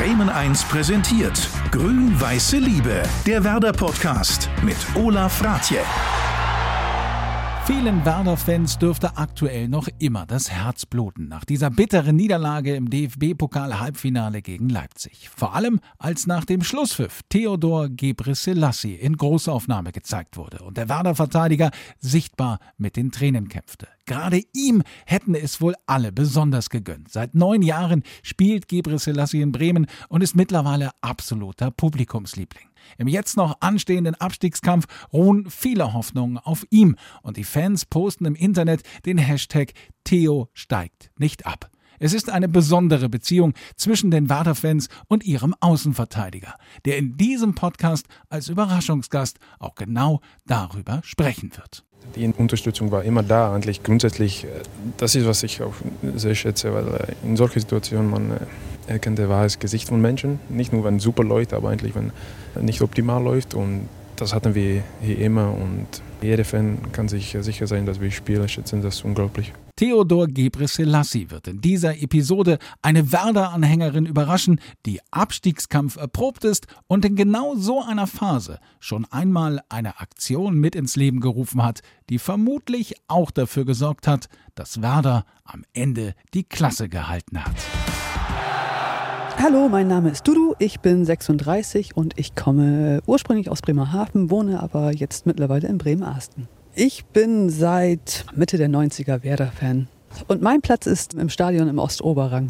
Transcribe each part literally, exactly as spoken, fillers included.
Bremen eins präsentiert Grün-Weiße Liebe, der Werder-Podcast mit Olaf Rathje. Vielen Werder-Fans dürfte aktuell noch immer das Herz bluten nach dieser bitteren Niederlage im D F B-Pokal-Halbfinale gegen Leipzig. Vor allem, als nach dem Schlusspfiff Theodor Gebrselassie in Großaufnahme gezeigt wurde und der Werder-Verteidiger sichtbar mit den Tränen kämpfte. Gerade ihm hätten es wohl alle besonders gegönnt. Seit neun Jahren spielt Gebrselassie in Bremen und ist mittlerweile absoluter Publikumsliebling. Im jetzt noch anstehenden Abstiegskampf ruhen viele Hoffnungen auf ihm und die Fans posten im Internet den Hashtag Theo steigt nicht ab. Es ist eine besondere Beziehung zwischen den Werder-Fans und ihrem Außenverteidiger, der in diesem Podcast als Überraschungsgast auch genau darüber sprechen wird. Die Unterstützung war immer da, eigentlich grundsätzlich. Das ist, was ich auch sehr schätze, weil in solchen Situationen man erkennt das wahre Gesicht von Menschen. Nicht nur, wenn es super läuft, aber eigentlich, wenn es nicht optimal läuft. Und das hatten wir hier immer. Und jeder Fan kann sich sicher sein, dass wir Spieler schätzen. Das ist unglaublich. Theodor Gebrselassie wird in dieser Episode eine Werder-Anhängerin überraschen, die Abstiegskampf erprobt ist und in genau so einer Phase schon einmal eine Aktion mit ins Leben gerufen hat, die vermutlich auch dafür gesorgt hat, dass Werder am Ende die Klasse gehalten hat. Hallo, mein Name ist Dudu, ich bin sechsunddreißig und ich komme ursprünglich aus Bremerhaven, wohne aber jetzt mittlerweile in Bremen-Arsten. Ich bin seit Mitte der neunziger Werder-Fan und mein Platz ist im Stadion im Ostoberrang.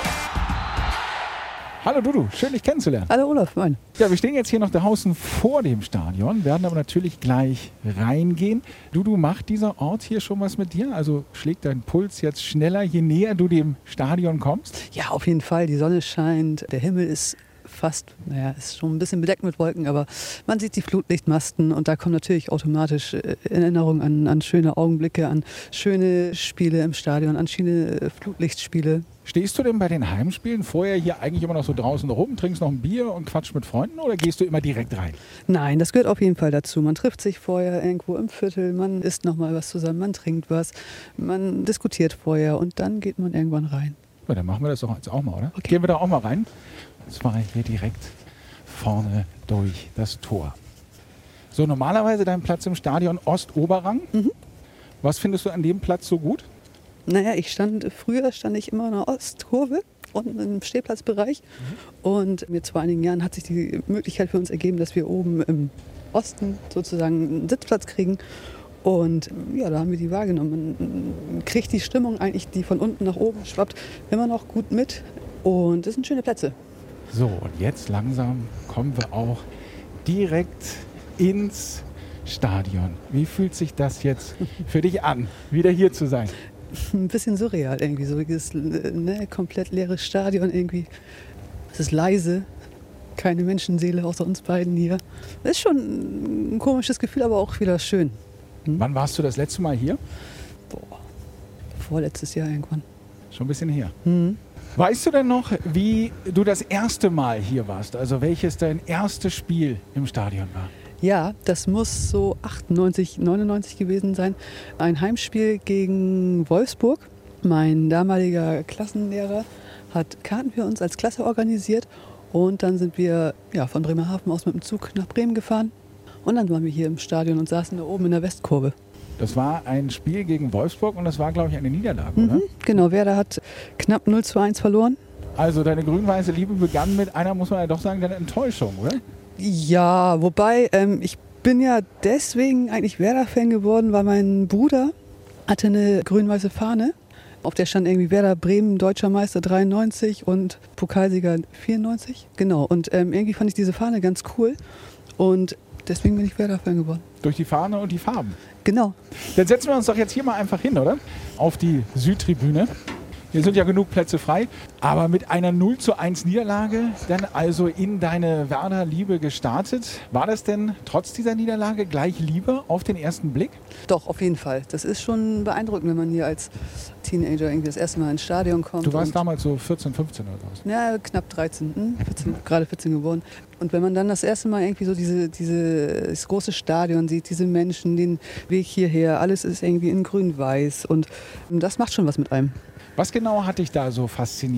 Hallo Dudu, schön dich kennenzulernen. Hallo Olaf, moin. Ja, wir stehen jetzt hier noch draußen vor dem Stadion, werden aber natürlich gleich reingehen. Dudu, macht dieser Ort hier schon was mit dir? Also schlägt dein Puls jetzt schneller, je näher du dem Stadion kommst? Ja, auf jeden Fall. Die Sonne scheint, der Himmel ist fast, naja, ist schon ein bisschen bedeckt mit Wolken, aber man sieht die Flutlichtmasten und da kommen natürlich automatisch Erinnerungen an, an schöne Augenblicke, an schöne Spiele im Stadion, an schöne Flutlichtspiele. Stehst du denn bei den Heimspielen vorher hier eigentlich immer noch so draußen rum, trinkst noch ein Bier und quatschst mit Freunden oder gehst du immer direkt rein? Nein, das gehört auf jeden Fall dazu. Man trifft sich vorher irgendwo im Viertel, man isst noch mal was zusammen, man trinkt was, man diskutiert vorher und dann geht man irgendwann rein. Ja, dann machen wir das doch jetzt auch mal, oder? Okay. Gehen wir da auch mal rein. Und zwar hier direkt vorne durch das Tor. So, normalerweise dein Platz im Stadion Ostoberrang. Mhm. Was findest du an dem Platz so gut? Naja, ich stand, früher stand ich immer in der Ostkurve, unten im Stehplatzbereich. Mhm. Und jetzt vor einigen Jahren hat sich die Möglichkeit für uns ergeben, dass wir oben im Osten sozusagen einen Sitzplatz kriegen. Und ja, da haben wir die wahrgenommen. Man kriegt die Stimmung eigentlich, die von unten nach oben schwappt, immer noch gut mit. Und das sind schöne Plätze. So, und jetzt langsam kommen wir auch direkt ins Stadion. Wie fühlt sich das jetzt für dich an, wieder hier zu sein? Ein bisschen surreal irgendwie, so dieses ne, komplett leeres Stadion irgendwie. Es ist leise, keine Menschenseele außer uns beiden hier. Das ist schon ein komisches Gefühl, aber auch wieder schön. Hm? Wann warst du das letzte Mal hier? Boah, vorletztes Jahr irgendwann. Schon ein bisschen her. Mhm. Weißt du denn noch, wie du das erste Mal hier warst? Also welches dein erstes Spiel im Stadion war? Ja, das muss so achtundneunzig, neunundneunzig gewesen sein. Ein Heimspiel gegen Wolfsburg. Mein damaliger Klassenlehrer hat Karten für uns als Klasse organisiert. Und dann sind wir ja, von Bremerhaven aus mit dem Zug nach Bremen gefahren. Und dann waren wir hier im Stadion und saßen da oben in der Westkurve. Das war ein Spiel gegen Wolfsburg und das war, glaube ich, eine Niederlage, mhm, oder? Genau, Werder hat knapp null zu eins verloren. Also deine grün-weiße Liebe begann mit einer, muss man ja doch sagen, deiner Enttäuschung, oder? Ja, wobei ähm, ich bin ja deswegen eigentlich Werder-Fan geworden, weil mein Bruder hatte eine grün-weiße Fahne. Auf der stand irgendwie Werder Bremen, Deutscher Meister dreiundneunzig und Pokalsieger vierundneunzig. Genau, und ähm, irgendwie fand ich diese Fahne ganz cool und deswegen bin ich Werder-Fan geworden. Durch die Fahne und die Farben. Genau. Dann setzen wir uns doch jetzt hier mal einfach hin, oder? Auf die Südtribüne. Hier sind ja genug Plätze frei. Aber mit einer null zu eins Niederlage dann also in deine Werder-Liebe gestartet. War das denn trotz dieser Niederlage gleich Liebe auf den ersten Blick? Doch, auf jeden Fall. Das ist schon beeindruckend, wenn man hier als Teenager irgendwie das erste Mal ins Stadion kommt. Du warst damals so vierzehn, fünfzehn oder was? Ja, knapp dreizehn, hm? vierzehn, gerade vierzehn geworden. Und wenn man dann das erste Mal irgendwie so diese, diese, das große Stadion sieht, diese Menschen, den Weg hierher, alles ist irgendwie in grün-weiß und das macht schon was mit einem. Was genau hat dich da so fasziniert?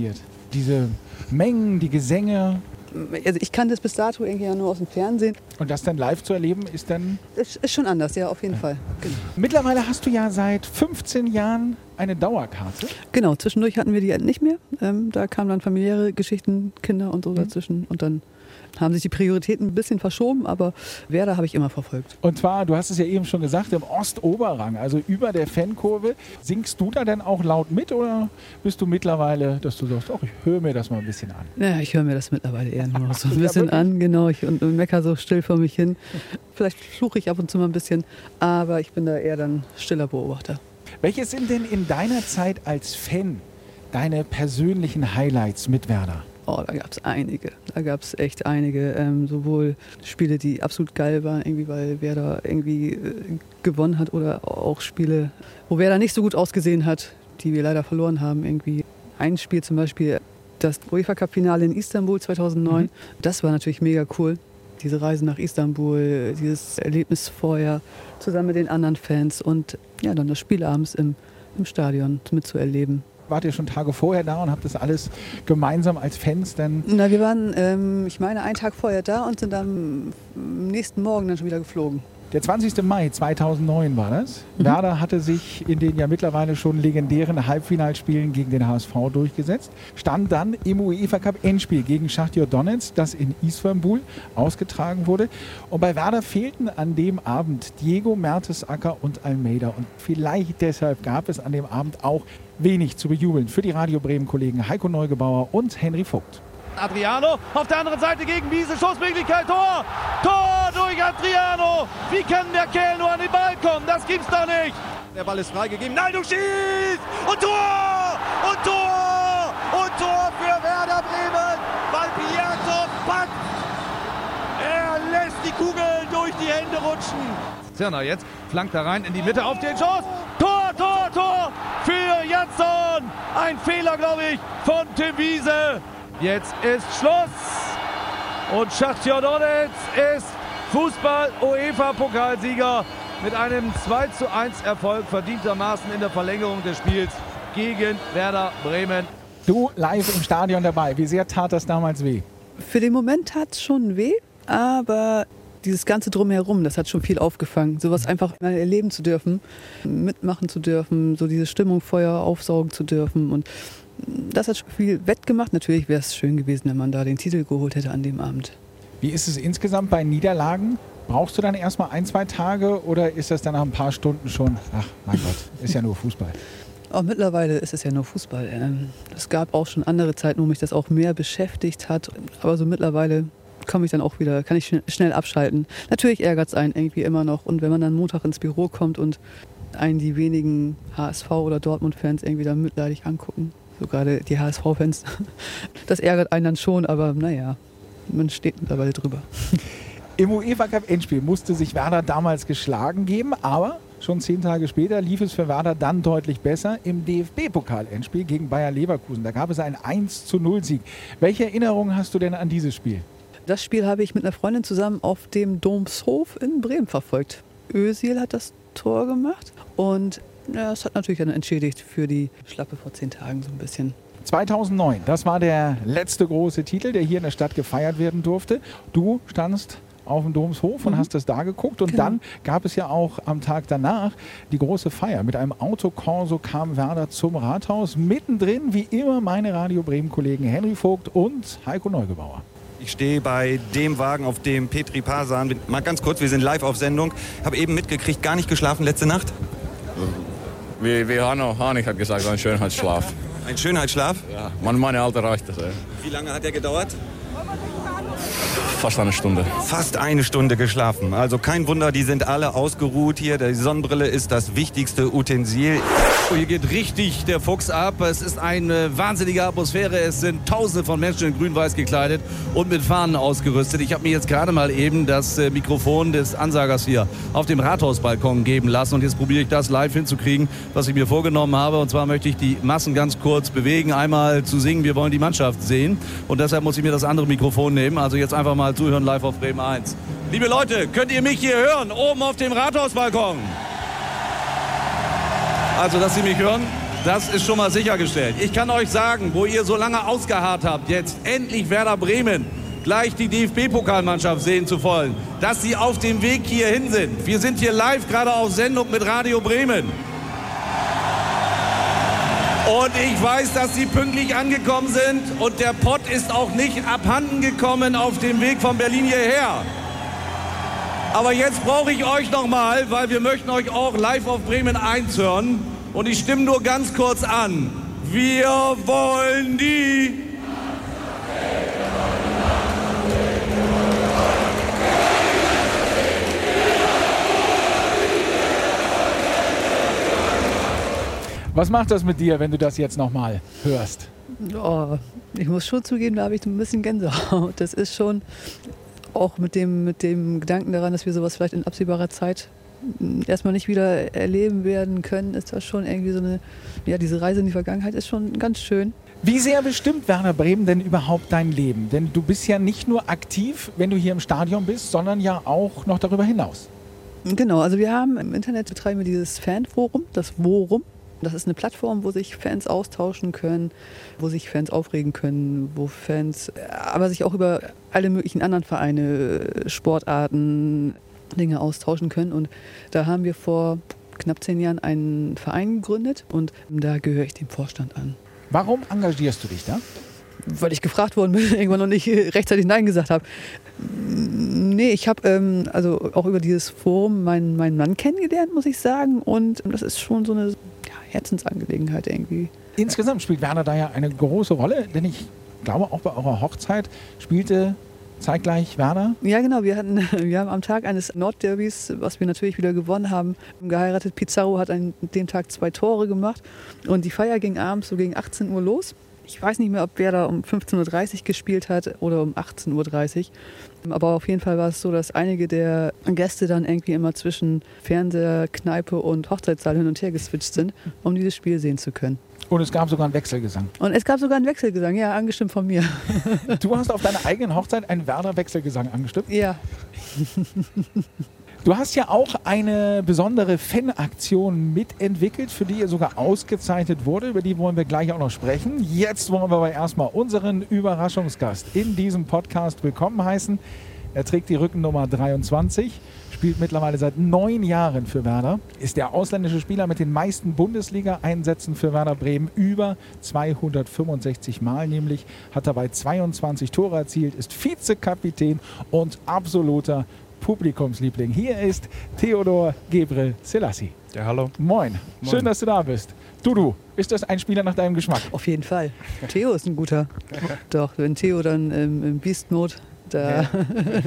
diese Mengen, die Gesänge. Also ich kannte es bis dato irgendwie ja nur aus dem Fernsehen. Und das dann live zu erleben, ist dann... Ist, ist schon anders, ja, auf jeden ja. Fall. Genau. Mittlerweile hast du ja seit fünfzehn Jahren eine Dauerkarte. Genau, zwischendurch hatten wir die nicht mehr. Ähm, da kamen dann familiäre Geschichten, Kinder und so mhm. dazwischen. Und dann haben sich die Prioritäten ein bisschen verschoben, aber Werder habe ich immer verfolgt. Und zwar, du hast es ja eben schon gesagt, im Ostoberrang, also über der Fankurve. Singst du da denn auch laut mit oder bist du mittlerweile, dass du sagst, oh, ich höre mir das mal ein bisschen an? Ja, ich höre mir das mittlerweile eher nur so ein bisschen ja, an, genau. Ich, und, und mecker so still vor mich hin. Vielleicht fluche ich ab und zu mal ein bisschen, aber ich bin da eher dann stiller Beobachter. Welches sind denn in deiner Zeit als Fan deine persönlichen Highlights mit Werder? Oh, da gab es einige. Da gab es echt einige. Ähm, sowohl Spiele, die absolut geil waren, irgendwie, weil Werder irgendwie äh, gewonnen hat, oder auch Spiele, wo Werder nicht so gut ausgesehen hat, die wir leider verloren haben. Irgendwie ein Spiel zum Beispiel, das UEFA-Cup-Finale in Istanbul zweitausendneun. Mhm. Das war natürlich mega cool. Diese Reise nach Istanbul, dieses Erlebnis vorher zusammen mit den anderen Fans und ja, dann das Spiel abends im, im Stadion mitzuerleben. Wart ihr schon Tage vorher da und habt das alles gemeinsam als Fans dann? Na, wir waren, ähm, ich meine, einen Tag vorher da und sind am nächsten Morgen dann schon wieder geflogen. Der zwanzigster Mai zweitausendneun war das. Mhm. Werder hatte sich in den ja mittlerweile schon legendären Halbfinalspielen gegen den H S V durchgesetzt, stand dann im UEFA-Cup-Endspiel gegen Schachtar Donetsk, das in Istanbul ausgetragen wurde. Und bei Werder fehlten an dem Abend Diego, Mertesacker und Almeida. Und vielleicht deshalb gab es an dem Abend auch wenig zu bejubeln für die Radio Bremen-Kollegen Heiko Neugebauer und Henry Vogt. Adriano auf der anderen Seite gegen Wiese, Schussmöglichkeit, Tor! Tor durch Adriano! Wie kann der Kerl nur an den Ball kommen? Das gibt's doch nicht! Der Ball ist freigegeben, Naldo schießt! Und Tor! Und Tor! Und Tor für Werder Bremen! Weil Piazza packt! Er lässt die Kugel durch die Hände rutschen! Zirner jetzt, flankt da rein in die Mitte auf den Schuss! Tor, Tor, Tor! Für Jansson! Ein Fehler, glaube ich, von Tim Wiese! Jetzt ist Schluss und Schachtar Donetsk ist Fußball-UEFA-Pokalsieger mit einem zwei zu eins Erfolg verdientermaßen in der Verlängerung des Spiels gegen Werder Bremen. Du live im Stadion dabei, wie sehr tat das damals weh? Für den Moment tat es schon weh, aber dieses ganze Drumherum, das hat schon viel aufgefangen. Sowas einfach mal erleben zu dürfen, mitmachen zu dürfen, so diese Stimmung vorher aufsaugen zu dürfen und das hat schon viel wettgemacht. Natürlich wäre es schön gewesen, wenn man da den Titel geholt hätte an dem Abend. Wie ist es insgesamt bei Niederlagen? Brauchst du dann erstmal ein, zwei Tage oder ist das dann nach ein paar Stunden schon, ach mein Gott, ist ja nur Fußball? Oh, mittlerweile ist es ja nur Fußball. Es gab auch schon andere Zeiten, wo mich das auch mehr beschäftigt hat. Aber so mittlerweile komme ich dann auch wieder, kann ich schnell abschalten. Natürlich ärgert es einen irgendwie immer noch. Und wenn man dann Montag ins Büro kommt und einen die wenigen H S V- oder Dortmund-Fans irgendwie da mitleidig angucken, so gerade die H S V-Fans. Das ärgert einen dann schon, aber naja, man steht mittlerweile drüber. Im UEFA-Cup-Endspiel musste sich Werder damals geschlagen geben, aber schon zehn Tage später lief es für Werder dann deutlich besser im D F B-Pokal-Endspiel gegen Bayer Leverkusen. Da gab es einen eins zu null Sieg. Welche Erinnerungen hast du denn an dieses Spiel? Das Spiel habe ich mit einer Freundin zusammen auf dem Domshof in Bremen verfolgt. Özil hat das Tor gemacht und ja, es hat natürlich dann entschädigt für die Schlappe vor zehn Tagen so ein bisschen. zweitausendneun, das war der letzte große Titel, der hier in der Stadt gefeiert werden durfte. Du standst auf dem Domshof und mhm. hast das da geguckt und genau. Dann gab es ja auch am Tag danach die große Feier. Mit einem Autokorso kam Werder zum Rathaus. Mittendrin, wie immer, meine Radio Bremen-Kollegen Henry Vogt und Heiko Neugebauer. Ich stehe bei dem Wagen, auf dem Petri Pasan. Mal ganz kurz, wir sind live auf Sendung. Ich habe eben mitgekriegt, gar nicht geschlafen letzte Nacht. Wie, wie Hanno Hanig hat gesagt, ein Schönheitsschlaf. Ein Schönheitsschlaf? Ja, man, meine Alter reicht das. Ey. Wie lange hat der gedauert? Fast eine Stunde. Fast eine Stunde geschlafen. Also kein Wunder, die sind alle ausgeruht hier. Die Sonnenbrille ist das wichtigste Utensil. Hier geht richtig der Fuchs ab. Es ist eine wahnsinnige Atmosphäre. Es sind Tausende von Menschen in grün-weiß gekleidet und mit Fahnen ausgerüstet. Ich habe mir jetzt gerade mal eben das Mikrofon des Ansagers hier auf dem Rathausbalkon geben lassen. Und jetzt probiere ich das live hinzukriegen, was ich mir vorgenommen habe. Und zwar möchte ich die Massen ganz kurz bewegen. Einmal zu singen, wir wollen die Mannschaft sehen. Und deshalb muss ich mir das andere Mikrofon nehmen. Also jetzt einfach mal zuhören live auf Bremen eins. Liebe Leute, könnt ihr mich hier hören? Oben auf dem Rathausbalkon. Also, dass Sie mich hören. Das ist schon mal sichergestellt. Ich kann euch sagen, wo ihr so lange ausgeharrt habt, jetzt endlich Werder Bremen gleich die D F B-Pokalmannschaft sehen zu wollen, dass sie auf dem Weg hierhin sind. Wir sind hier live gerade auf Sendung mit Radio Bremen. Und ich weiß, dass sie pünktlich angekommen sind und der Pott ist auch nicht abhanden gekommen auf dem Weg von Berlin hierher. Aber jetzt brauche ich euch noch mal, weil wir möchten euch auch live auf Bremen eins hören. Und ich stimme nur ganz kurz an. Wir wollen die... Was macht das mit dir, wenn du das jetzt nochmal hörst? Oh, ich muss schon zugeben, da habe ich ein bisschen Gänsehaut. Das ist schon auch mit dem, mit dem Gedanken daran, dass wir sowas vielleicht in absehbarer Zeit erstmal nicht wieder erleben werden können, ist das schon irgendwie so eine, ja, diese Reise in die Vergangenheit ist schon ganz schön. Wie sehr bestimmt Werder Bremen denn überhaupt dein Leben? Denn du bist ja nicht nur aktiv, wenn du hier im Stadion bist, sondern ja auch noch darüber hinaus. Genau, also wir haben im Internet betreiben wir dieses Fanforum, das Worum. Das ist eine Plattform, wo sich Fans austauschen können, wo sich Fans aufregen können, wo Fans aber sich auch über alle möglichen anderen Vereine, Sportarten, Dinge austauschen können. Und da haben wir vor knapp zehn Jahren einen Verein gegründet und da gehöre ich dem Vorstand an. Warum engagierst du dich da? Weil ich gefragt worden bin, irgendwann noch nicht rechtzeitig Nein gesagt habe. Nee, ich habe ähm, also auch über dieses Forum meinen, meinen Mann kennengelernt, muss ich sagen. Und das ist schon so eine ja, Herzensangelegenheit irgendwie. Insgesamt spielt Werder da ja eine große Rolle, denn ich glaube, auch bei eurer Hochzeit spielte zeitgleich Werder? Ja, genau. Wir, hatten, wir haben am Tag eines Nordderbys, was wir natürlich wieder gewonnen haben, geheiratet. Pizarro hat an dem Tag zwei Tore gemacht und die Feier ging abends so gegen achtzehn Uhr los. Ich weiß nicht mehr, ob Werder um fünfzehn Uhr dreißig gespielt hat oder um achtzehn Uhr dreißig. Aber auf jeden Fall war es so, dass einige der Gäste dann irgendwie immer zwischen Fernseher, Kneipe und Hochzeitssaal hin und her geswitcht sind, um dieses Spiel sehen zu können. Und es gab sogar einen Wechselgesang. Und es gab sogar einen Wechselgesang, ja, angestimmt von mir. Du hast auf deiner eigenen Hochzeit einen Werder-Wechselgesang angestimmt? Ja. Du hast ja auch eine besondere Fanaktion mitentwickelt, für die ihr sogar ausgezeichnet wurde. Über die wollen wir gleich auch noch sprechen. Jetzt wollen wir aber erstmal unseren Überraschungsgast in diesem Podcast willkommen heißen. Er trägt die Rückennummer dreiundzwanzig, spielt mittlerweile seit neun Jahren für Werder, ist der ausländische Spieler mit den meisten Bundesliga-Einsätzen für Werder Bremen, über zweihundertfünfundsechzig Mal nämlich, hat dabei zweiundzwanzig Tore erzielt, ist Vizekapitän und absoluter Publikumsliebling. Hier ist Theodor Gebre-Selassie. Ja, hallo. Moin. Moin. Schön, dass du da bist. Dudu, ist das ein Spieler nach deinem Geschmack? Auf jeden Fall. Theo ist ein guter. Doch, wenn Theo dann ähm, im Beast-Mode da ja.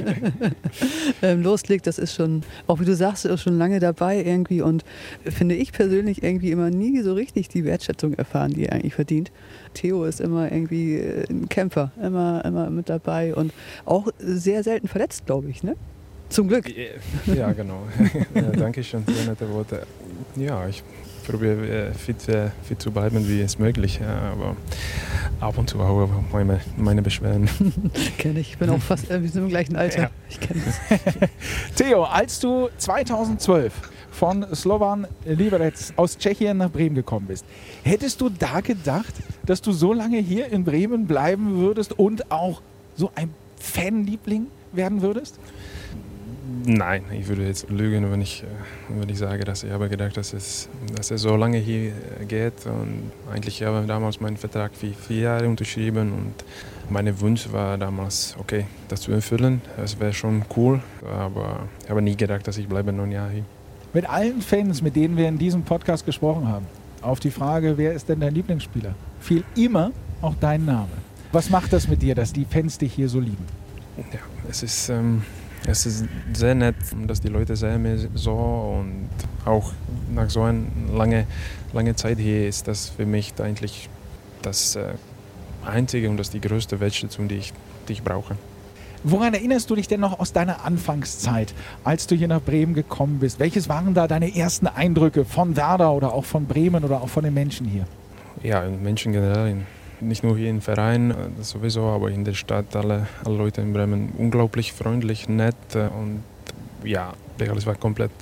ähm, loslegt, das ist schon, auch wie du sagst, ist schon lange dabei irgendwie und finde ich persönlich irgendwie immer nie so richtig die Wertschätzung erfahren, die er eigentlich verdient. Theo ist immer irgendwie ein Kämpfer, immer, immer mit dabei und auch sehr selten verletzt, glaube ich, ne? Zum Glück. Ja, genau. Ja, danke schön, sehr nette Worte. Ja, ich probiere fit, fit zu bleiben, wie es möglich. Ja, aber ab und zu auch meine, meine Beschwerden. Kenne ich. Ich bin auch fast, äh, wir sind im gleichen Alter. Ja. Ich kenne das. Theo, als du zweitausendzwölf von Slovan Liberec aus Tschechien nach Bremen gekommen bist, hättest du da gedacht, dass du so lange hier in Bremen bleiben würdest und auch so ein Fanliebling werden würdest? Nein, ich würde jetzt lügen, wenn ich, wenn ich sage, dass ich habe gedacht, dass es, dass es so lange hier geht. Und eigentlich habe ich damals meinen Vertrag für vier Jahre unterschrieben und mein Wunsch war damals, okay, das zu erfüllen. Das wäre schon cool, aber ich habe nie gedacht, dass ich bleibe neun Jahre hier. Mit allen Fans, mit denen wir in diesem Podcast gesprochen haben, auf die Frage, wer ist denn dein Lieblingsspieler, fiel immer auch dein Name. Was macht das mit dir, dass die Fans dich hier so lieben? Ja, es ist... Ähm Es ist sehr nett, dass die Leute sehen mich so und auch nach so einer langen lange Zeit hier ist das für mich eigentlich das Einzige und das die größte Wertschätzung, die ich, die ich brauche. Woran erinnerst du dich denn noch aus deiner Anfangszeit, als du hier nach Bremen gekommen bist? Welches waren da deine ersten Eindrücke von Werder oder auch von Bremen oder auch von den Menschen hier? Ja, Menschen generell. Nicht nur hier im Verein sowieso, aber in der Stadt, alle, alle Leute in Bremen unglaublich freundlich, nett und ja, alles war komplett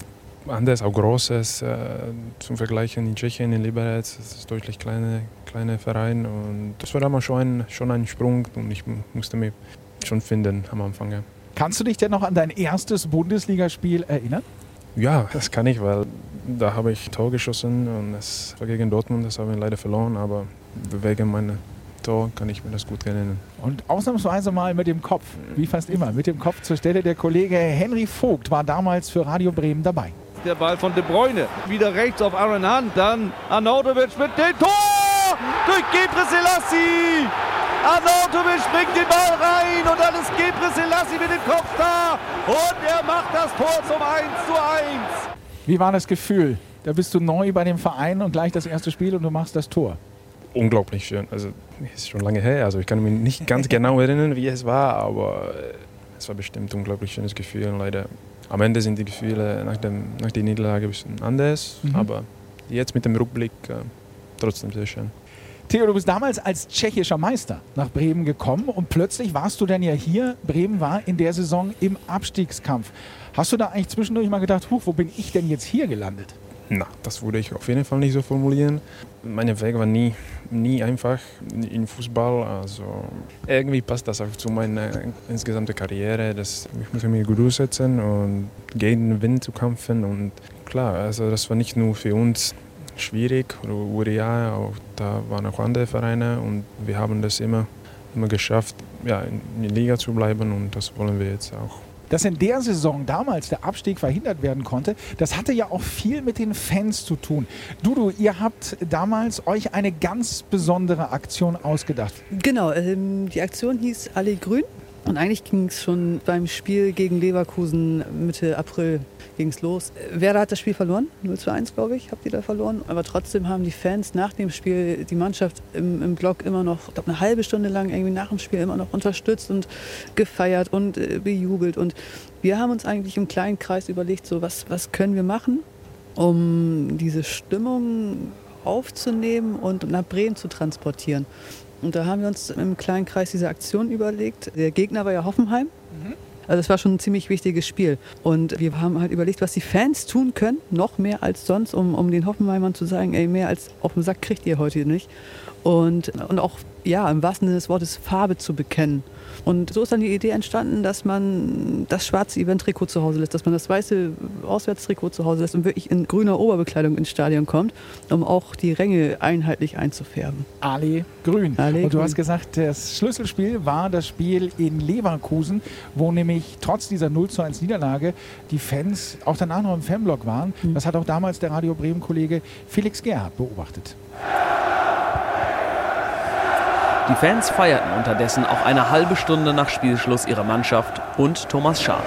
anders, auch Großes äh, zum Vergleichen in Tschechien, in Liberec. Das ist deutlich kleiner kleine Verein und das war damals schon ein, schon ein Sprung und ich musste mich schon finden am Anfang. Ja. Kannst du dich denn noch an dein erstes Bundesligaspiel erinnern? Ja, das kann ich, weil da habe ich ein Tor geschossen und das war gegen Dortmund, das haben wir leider verloren, aber wegen meiner Tor kann ich mir das gut erinnern. Und ausnahmsweise mal mit dem Kopf, wie fast immer, mit dem Kopf zur Stelle. Der Kollege Henry Vogt war damals für Radio Bremen dabei. Der Ball von De Bruyne, wieder rechts auf Aaron Hunt, dann Arnautovic mit dem Tor durch Gebre Selassie. Arnautovic bringt den Ball rein und dann ist Gebre Selassie mit dem Kopf da und er macht das Tor zum eins zu eins. Wie war das Gefühl? Da bist du neu bei dem Verein und gleich das erste Spiel und du machst das Tor. Unglaublich schön. Also es ist schon lange her, also ich kann mich nicht ganz genau erinnern, wie es war, aber es war bestimmt ein unglaublich schönes Gefühl. Und leider am Ende sind die Gefühle nach, dem, nach der Niederlage ein bisschen anders, mhm. aber jetzt mit dem Rückblick äh, trotzdem sehr schön. Theo, du bist damals als tschechischer Meister nach Bremen gekommen und plötzlich warst du dann ja hier. Bremen war in der Saison im Abstiegskampf. Hast du da eigentlich zwischendurch mal gedacht, huch, wo bin ich denn jetzt hier gelandet? Na, das würde ich auf jeden Fall nicht so formulieren. Mein Weg war nie, nie einfach im Fußball. Also irgendwie passt das auch zu meiner insgesamten Karriere. Dass ich musste mich gut durchsetzen und gegen den Wind zu kämpfen. Und klar, also das war nicht nur für uns schwierig oder über die Jahre, auch da waren auch andere Vereine und wir haben das immer, immer geschafft, ja, in der Liga zu bleiben und das wollen wir jetzt auch. Dass in der Saison damals der Abstieg verhindert werden konnte, das hatte ja auch viel mit den Fans zu tun. Dudu, ihr habt damals euch eine ganz besondere Aktion ausgedacht. Genau, ähm, die Aktion hieß Alle Grün. Und eigentlich ging es schon beim Spiel gegen Leverkusen Mitte April ging's los. Werder hat das Spiel verloren, null zu eins, glaube ich, habt ihr da verloren. Aber trotzdem haben die Fans nach dem Spiel die Mannschaft im, im Block immer noch, ich glaube eine halbe Stunde lang irgendwie nach dem Spiel immer noch unterstützt und gefeiert und äh, bejubelt. Und wir haben uns eigentlich im kleinen Kreis überlegt, so was, was können wir machen, um diese Stimmung aufzunehmen und nach Bremen zu transportieren. Und da haben wir uns im kleinen Kreis diese Aktion überlegt. Der Gegner war ja Hoffenheim. Mhm. Also das war schon ein ziemlich wichtiges Spiel. Und wir haben halt überlegt, was die Fans tun können, noch mehr als sonst, um, um den Hoffenheimern zu sagen, ey, mehr als auf den Sack kriegt ihr heute nicht. Und, und auch, ja, im wahrsten Sinne des Wortes Farbe zu bekennen. Und so ist dann die Idee entstanden, dass man das schwarze Event-Trikot zu Hause lässt, dass man das weiße Auswärtstrikot zu Hause lässt und wirklich in grüner Oberbekleidung ins Stadion kommt, um auch die Ränge einheitlich einzufärben. Alle grün. Alle und du grün. hast gesagt, das Schlüsselspiel war das Spiel in Leverkusen, wo nämlich trotz dieser null zu eins Niederlage die Fans auch danach noch im Fanblock waren. Mhm. Das hat auch damals der Radio Bremen-Kollege Felix Gerhardt beobachtet. Die Fans feierten unterdessen auch eine halbe Stunde nach Spielschluss ihre Mannschaft und Thomas Schaaf.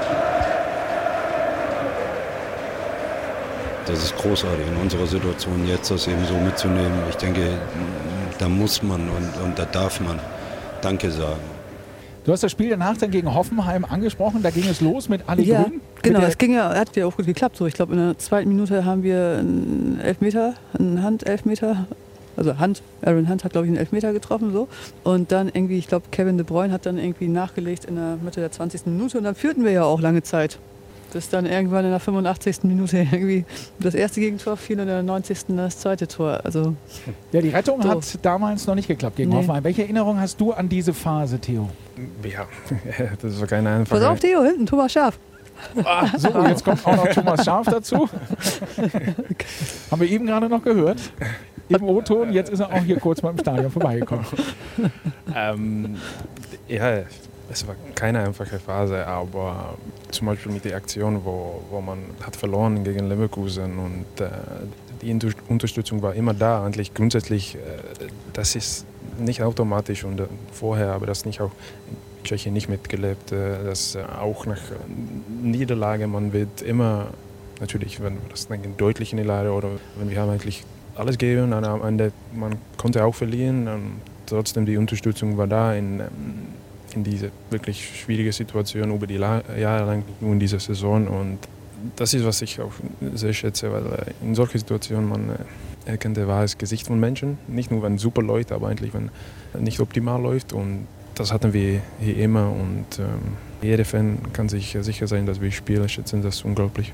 Das ist großartig in unserer Situation jetzt, das eben so mitzunehmen. Ich denke, da muss man und, und da darf man Danke sagen. Du hast das Spiel danach dann gegen Hoffenheim angesprochen, da ging es los mit Alle ja, Grün. Genau, es ging ja, hat ja auch gut geklappt. So. Ich glaube, in der zweiten Minute haben wir einen Elfmeter, einen Handelfmeter. Also Hunt, Aaron Hunt hat, glaube ich, einen Elfmeter getroffen. So. Und dann irgendwie, ich glaube, Kevin De Bruyne hat dann irgendwie nachgelegt in der Mitte der zwanzigsten Minute. Und dann führten wir ja auch lange Zeit. Bis dann irgendwann in der fünfundachtzigsten Minute irgendwie das erste Gegentor fiel und in der neunzigsten das zweite Tor. Also, ja, die Rettung so. hat damals noch nicht geklappt gegen nee. Hoffenheim. Welche Erinnerung hast du an diese Phase, Theo? Ja, das war keine einfache... Pass auf, Theo, hinten, Thomas Schaaf. Ah, so, jetzt kommt auch noch Thomas Schaaf dazu. Haben wir eben gerade noch gehört. Im O-Ton, jetzt ist er auch hier kurz mal im Stadion vorbeigekommen. ähm, ja, es war keine einfache Phase, aber zum Beispiel mit der Aktion, wo, wo man hat verloren gegen Leverkusen und äh, die Unterstützung war immer da. Eigentlich grundsätzlich, äh, das ist nicht automatisch und äh, vorher, aber das nicht auch in Tschechien nicht mitgelebt, äh, dass äh, auch nach Niederlage man wird immer, natürlich, wenn das eine deutliche Niederlage oder wenn wir haben eigentlich alles geben, dann am Ende man konnte auch verlieren, und trotzdem die Unterstützung war da in, in diese wirklich schwierige Situation über die Jahre lang, nur in dieser Saison und das ist, was ich auch sehr schätze, weil in solchen Situationen man erkennt das wahre Gesicht von Menschen, nicht nur wenn super läuft, aber eigentlich wenn nicht optimal läuft und das hatten wir hier immer und ähm, jeder Fan kann sich sicher sein, dass wir Spieler schätzen, das ist unglaublich.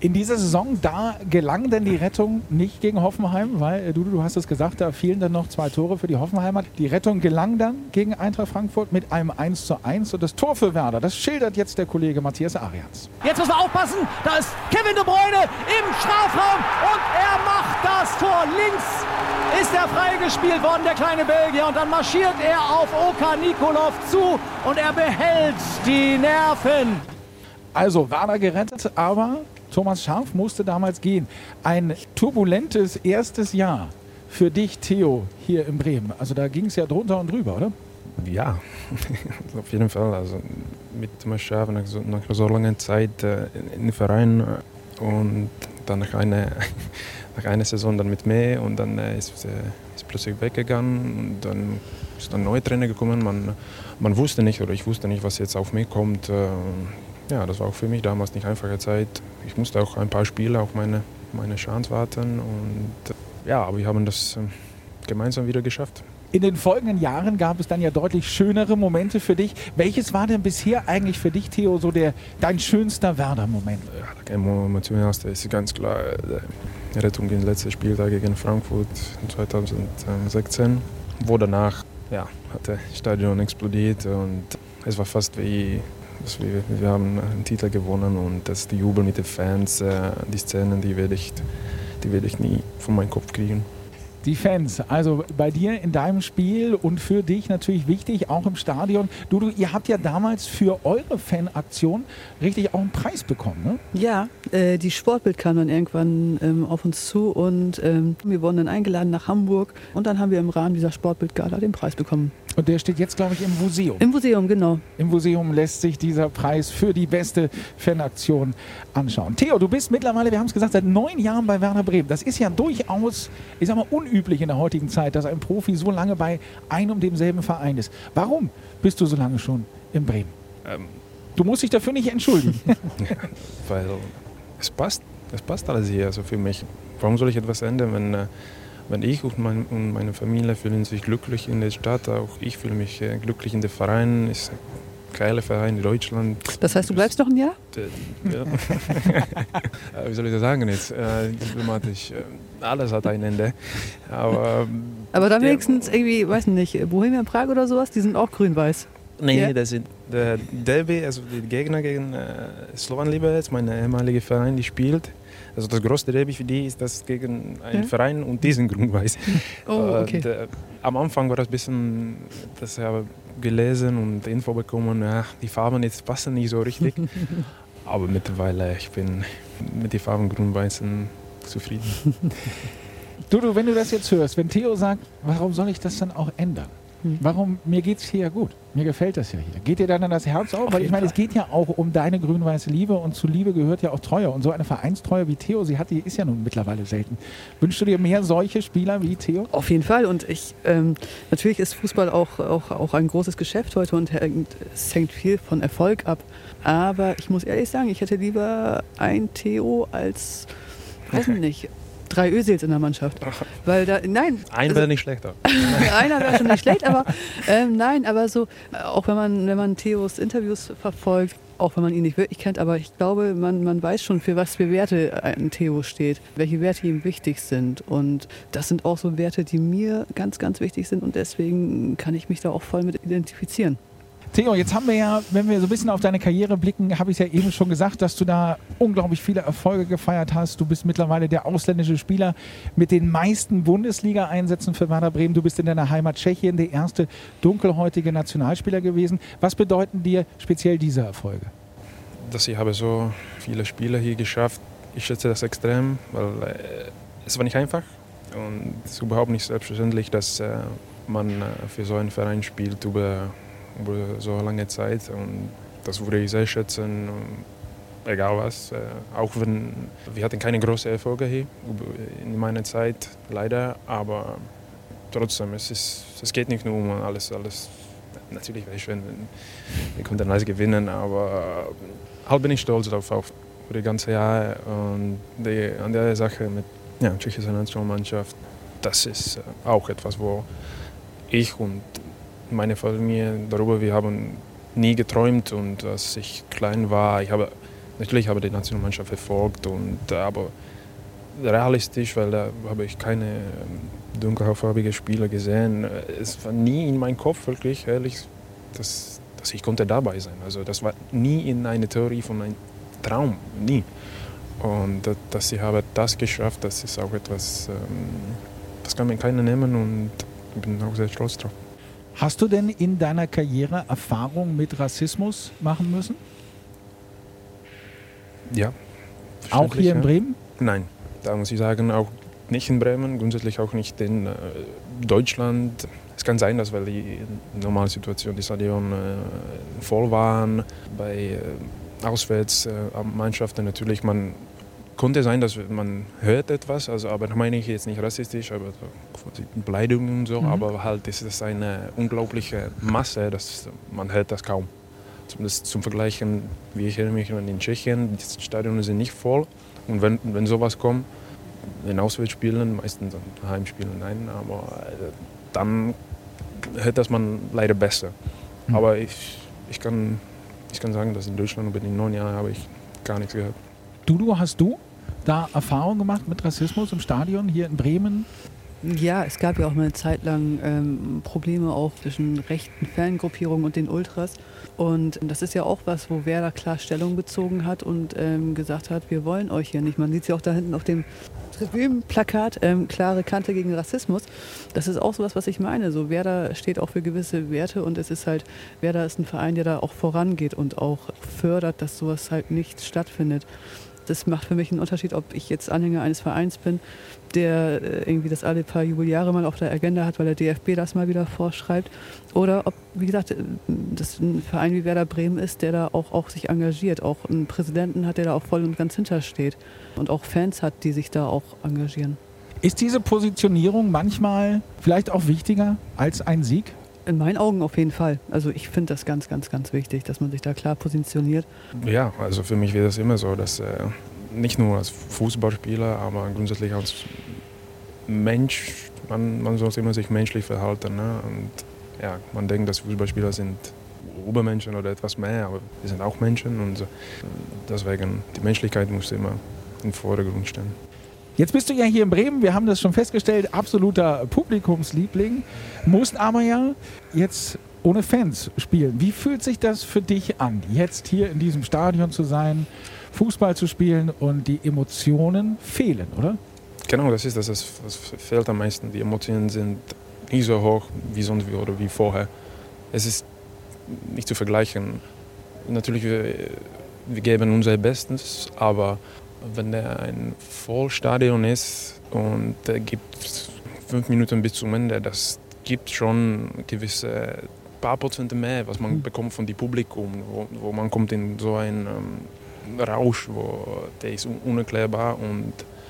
In dieser Saison, da gelang denn die Rettung nicht gegen Hoffenheim, weil, äh, du, du hast es gesagt, da fielen dann noch zwei Tore für die Hoffenheimer. Die Rettung gelang dann gegen Eintracht Frankfurt mit einem eins zu eins und das Tor für Werder, das schildert jetzt der Kollege Matthias Arians. Jetzt muss er aufpassen, da ist Kevin De Bruyne im Strafraum und er macht das Tor. Links ist er freigespielt worden, der kleine Belgier, und dann marschiert er auf Okan Nikolov zu und er behält die Nerven. Also Werder gerettet, aber Thomas Schaaf musste damals gehen. Ein turbulentes erstes Jahr für dich, Theo, hier in Bremen. Also da ging es ja drunter und drüber, oder? Ja, auf jeden Fall. Also mit Thomas Schaaf nach so, nach so langer Zeit äh, im Verein und dann nach einer, nach einer Saison dann mit mir und dann äh, ist, äh, ist plötzlich weggegangen und dann ist ein neuer Trainer gekommen. Man, man wusste nicht, oder ich wusste nicht, was jetzt auf mich kommt. Äh, Ja, das war auch für mich damals nicht einfache Zeit. Ich musste auch ein paar Spiele auf meine, meine Chance warten. Und ja, aber wir haben das gemeinsam wieder geschafft. In den folgenden Jahren gab es dann ja deutlich schönere Momente für dich. Welches war denn bisher eigentlich für dich, Theo, so der, dein schönster Werder-Moment? Ja, keine Emotion hast, ist ganz klar. Die Rettung im letzten Spieltag gegen Frankfurt zweitausendsechzehn, wo danach ja, hat das Stadion explodiert und es war fast wie... Wir, wir haben einen Titel gewonnen und das die Jubel mit den Fans, äh, die Szenen, die werde ich, die werde ich nie von meinem Kopf kriegen. Die Fans, also bei dir in deinem Spiel und für dich natürlich wichtig, auch im Stadion. Du, du ihr habt ja damals für eure Fanaktion richtig auch einen Preis bekommen, ne? Ja, äh, die Sportbild kam dann irgendwann ähm, auf uns zu und ähm, wir wurden dann eingeladen nach Hamburg und dann haben wir im Rahmen dieser Sportbild-Gala den Preis bekommen. Und der steht jetzt, glaube ich, im Museum. Im Museum, genau. Im Museum lässt sich dieser Preis für die beste Fanaktion anschauen. Theo, du bist mittlerweile, wir haben es gesagt, seit neun Jahren bei Werder Bremen. Das ist ja durchaus, ich sag mal, unüblich in der heutigen Zeit, dass ein Profi so lange bei einem und demselben Verein ist. Warum bist du so lange schon in Bremen? Ähm. Du musst dich dafür nicht entschuldigen. Weil es passt, es passt alles hier, also für mich. Warum soll ich etwas ändern, wenn... Äh Wenn ich und, mein, und meine Familie fühlen sich glücklich in der Stadt, auch ich fühle mich äh, glücklich in der Verein, ist ein geiler Verein in Deutschland. Das heißt, du bleibst noch ein Jahr? Ja. Wie soll ich das sagen jetzt? Äh, diplomatisch, äh, alles hat ein Ende. Aber, Aber dann wenigstens irgendwie, weiß nicht, Bohemia Prag oder sowas, die sind auch grün-weiß. Nee, ja? das sind der Derby, also die Gegner gegen äh, Slovan Liberec, mein ehemaliger Verein, die spielt. Also das größte Derby für die ist das gegen einen ja? Verein und diesen grün-weiß. Oh, okay. Und, äh, am Anfang war das ein bisschen, das habe gelesen und Info bekommen, ja, die Farben jetzt passen nicht so richtig. Aber mittlerweile, ich bin mit den Farben grün-weiß zufrieden. Du, du, wenn du das jetzt hörst, wenn Theo sagt, warum soll ich das dann auch ändern? Warum? Mir geht es hier ja gut. Mir gefällt das ja hier. Geht dir dann an das Herz auf? Weil ich meine, es geht ja auch um deine grün-weiße Liebe und zu Liebe gehört ja auch Treue. Und so eine Vereinstreue wie Theo sie hat, die ist ja nun mittlerweile selten. Wünschst du dir mehr solche Spieler wie Theo? Auf jeden Fall. Und ich, ähm, natürlich ist Fußball auch, auch, auch ein großes Geschäft heute und es hängt viel von Erfolg ab. Aber ich muss ehrlich sagen, ich hätte lieber ein Theo als, weiß nicht, drei Özils in der Mannschaft. Weil da, nein. Ein wäre also, nicht schlechter. Einer wäre schon nicht schlecht, aber ähm, nein, aber so, auch wenn man, wenn man Theos Interviews verfolgt, auch wenn man ihn nicht wirklich kennt, aber ich glaube, man, man weiß schon, für was für Werte ein Theo steht, welche Werte ihm wichtig sind. Und das sind auch so Werte, die mir ganz, ganz wichtig sind und deswegen kann ich mich da auch voll mit identifizieren. Theo, jetzt haben wir ja, wenn wir so ein bisschen auf deine Karriere blicken, habe ich ja eben schon gesagt, dass du da unglaublich viele Erfolge gefeiert hast. Du bist mittlerweile der ausländische Spieler mit den meisten Bundesliga-Einsätzen für Werder Bremen. Du bist in deiner Heimat Tschechien der erste dunkelhäutige Nationalspieler gewesen. Was bedeuten dir speziell diese Erfolge? Dass ich habe so viele Spiele hier geschafft. Ich schätze das extrem, weil äh, es war nicht einfach und es ist überhaupt nicht selbstverständlich, dass äh, man äh, für so einen Verein spielt über über so lange Zeit und das würde ich sehr schätzen, egal was. Auch wenn wir hatten keine großen Erfolge hier in meiner Zeit, leider, aber trotzdem, es, ist, es geht nicht nur um alles, alles. Natürlich wäre es schön, wir könnten alles gewinnen, aber halt bin ich stolz auf, auf die ganze Jahre und die, an der Sache mit ja, der tschechischen Nationalmannschaft, das ist auch etwas, wo ich und meine Familie darüber, wir haben nie geträumt und als ich klein war, ich habe natürlich habe ich die Nationalmannschaft verfolgt, und, aber realistisch, weil da habe ich keine ähm, dunkelhaarfarbige Spieler gesehen. Es war nie in meinem Kopf, wirklich ehrlich, dass, dass ich konnte dabei sein. Also das war nie in einer Theorie von einem Traum, nie. Und dass ich habe das geschafft, das ist auch etwas, ähm, das kann mir keiner nehmen, und ich bin auch sehr stolz drauf. Hast du denn in deiner Karriere Erfahrung mit Rassismus machen müssen? Ja. Auch hier in Bremen? Nein, da muss ich sagen, auch nicht in Bremen, grundsätzlich auch nicht in äh, Deutschland. Es kann sein, dass weil die normale Situation, die Stadion äh, voll waren, bei äh, Auswärtsmannschaften äh, natürlich, man konnte sein, dass man hört etwas, also, aber das meine ich jetzt nicht rassistisch, aber so Beleidigungen und so, mhm. aber halt ist es eine unglaubliche Masse, dass man hört das kaum. Zumindest zum Vergleichen, wie ich erinnere mich in Tschechien, die Stadien sind nicht voll, und wenn, wenn sowas kommt, in Auswärtsspielen, meistens Heimspielen, nein, aber dann hört das man leider besser. Mhm. Aber ich, ich, kann, ich kann sagen, dass in Deutschland über die neun Jahre habe ich gar nichts gehört. Dudu, hast du da Erfahrung gemacht mit Rassismus im Stadion hier in Bremen? Ja, es gab ja auch mal eine Zeit lang ähm, Probleme auch zwischen rechten Fangruppierungen und den Ultras. Und das ist ja auch was, wo Werder klar Stellung bezogen hat und ähm, gesagt hat, wir wollen euch hier nicht. Man sieht es ja auch da hinten auf dem Tribünenplakat, ähm, klare Kante gegen Rassismus. Das ist auch sowas, was ich meine. So, Werder steht auch für gewisse Werte, und es ist halt, Werder ist ein Verein, der da auch vorangeht und auch fördert, dass sowas halt nicht stattfindet. Das macht für mich einen Unterschied, ob ich jetzt Anhänger eines Vereins bin, der irgendwie das alle paar Jubeljahre mal auf der Agenda hat, weil der D F B das mal wieder vorschreibt. Oder ob, wie gesagt, das ein Verein wie Werder Bremen ist, der da auch, auch sich engagiert. Auch einen Präsidenten hat, der da auch voll und ganz hintersteht. Und auch Fans hat, die sich da auch engagieren. Ist diese Positionierung manchmal vielleicht auch wichtiger als ein Sieg? In meinen Augen auf jeden Fall. Also ich finde das ganz, ganz, ganz wichtig, dass man sich da klar positioniert. Ja, also für mich wäre das immer so, dass äh, nicht nur als Fußballspieler, aber grundsätzlich als Mensch, man, man sollte immer sich menschlich verhalten. Ne? Und ja, man denkt, dass Fußballspieler sind Obermenschen oder etwas mehr, aber wir sind auch Menschen, und so. Deswegen die Menschlichkeit muss immer im Vordergrund stehen. Jetzt bist du ja hier in Bremen, wir haben das schon festgestellt, absoluter Publikumsliebling, musst aber ja jetzt ohne Fans spielen. Wie fühlt sich das für dich an, jetzt hier in diesem Stadion zu sein, Fußball zu spielen, und die Emotionen fehlen, oder? Genau, das ist das, was fehlt am meisten. Die Emotionen sind nicht so hoch wie sonst oder wie vorher. Es ist nicht zu vergleichen. Natürlich, wir, wir geben unser Bestes, aber wenn der ein Vollstadion ist und er gibt fünf Minuten bis zum Ende, das gibt schon gewisse paar Prozent mehr, was man bekommt von dem Publikum, wo, wo man kommt in so einen ähm, Rausch, wo der ist unerklärbar, und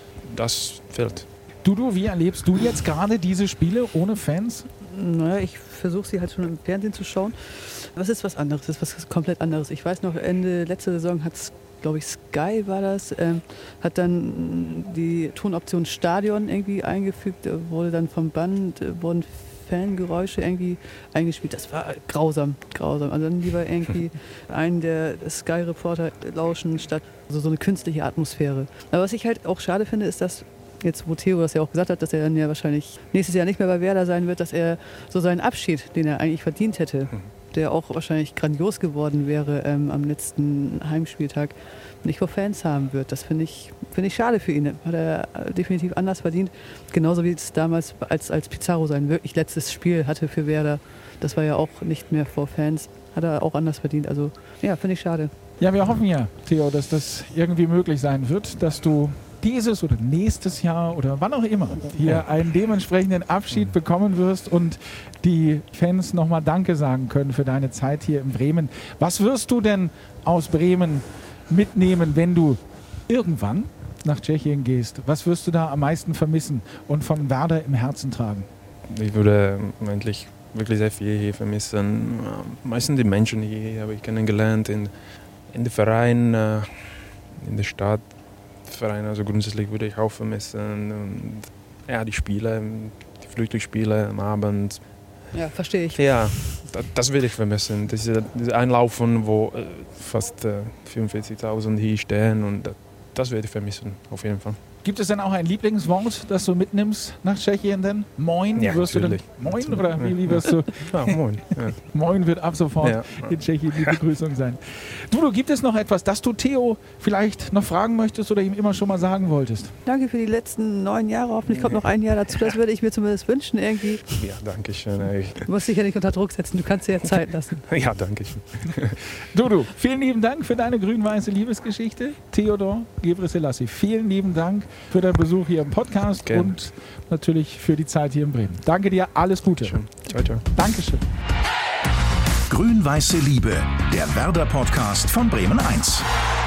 das fehlt. Dudu, wie erlebst du jetzt gerade diese Spiele ohne Fans? Naja, ich versuche sie halt schon im Fernsehen zu schauen. Das ist was anderes, das ist was komplett anderes. Ich weiß noch, Ende letzter Saison hat es, glaube ich, Sky war das, ähm, hat dann die Tonoption Stadion irgendwie eingefügt, wurde dann vom Band, äh, wurden Fangeräusche irgendwie eingespielt. Das war grausam, grausam. Also dann lieber irgendwie einen der Sky-Reporter lauschen, statt also so eine künstliche Atmosphäre. Aber was ich halt auch schade finde, ist, dass jetzt, wo Theo das ja auch gesagt hat, dass er dann ja wahrscheinlich nächstes Jahr nicht mehr bei Werder sein wird, dass er so seinen Abschied, den er eigentlich verdient hätte, der auch wahrscheinlich grandios geworden wäre ähm, am letzten Heimspieltag, nicht vor Fans haben wird. Das finde ich, find ich schade für ihn. Hat er definitiv anders verdient. Genauso wie es damals, als, als Pizarro sein wirklich letztes Spiel hatte für Werder. Das war ja auch nicht mehr vor Fans. Hat er auch anders verdient. Also ja, finde ich schade. Ja, wir hoffen ja, Theo, dass das irgendwie möglich sein wird, dass du dieses oder nächstes Jahr oder wann auch immer hier einen dementsprechenden Abschied bekommen wirst und die Fans nochmal Danke sagen können für deine Zeit hier in Bremen. Was wirst du denn aus Bremen mitnehmen, wenn du irgendwann nach Tschechien gehst? Was wirst du da am meisten vermissen und von Werder im Herzen tragen? Ich würde eigentlich wirklich sehr viel hier vermissen. Meistens die Menschen hier habe ich kennengelernt, in, in den Vereinen, in der Stadt. Verein, also grundsätzlich würde ich auch vermissen. Und ja, die Spiele, die Flüchtlingsspiele am Abend. Ja, verstehe ich. Ja, das, das will ich vermissen. Diese, diese Einlaufen, wo äh, fast äh, vierundvierzigtausend hier stehen, und das, das werde ich vermissen, auf jeden Fall. Gibt es denn auch ein Lieblingswort, das du mitnimmst nach Tschechien denn? Moin? Ja, wirst natürlich. Du denn Moin oder wie, wie wirst du? Ja, moin. Ja. Moin wird ab sofort ja. in Tschechien die Begrüßung sein. Dudu, gibt es noch etwas, das du Theo vielleicht noch fragen möchtest oder ihm immer schon mal sagen wolltest? Danke für die letzten neun Jahre. Hoffentlich kommt noch ein Jahr dazu. Das würde ich mir zumindest wünschen irgendwie. Ja, danke schön. Du musst dich ja nicht unter Druck setzen. Du kannst dir ja Zeit lassen. Ja, danke schön. Dudu, vielen lieben Dank für deine grün-weiße Liebesgeschichte. Theodor Gebrselassie, vielen lieben Dank für deinen Besuch hier im Podcast. Gerne. Und natürlich für die Zeit hier in Bremen. Danke dir, alles Gute. Schön. Ciao, ciao. Dankeschön. Grün-weiße Liebe, der Werder-Podcast von Bremen eins.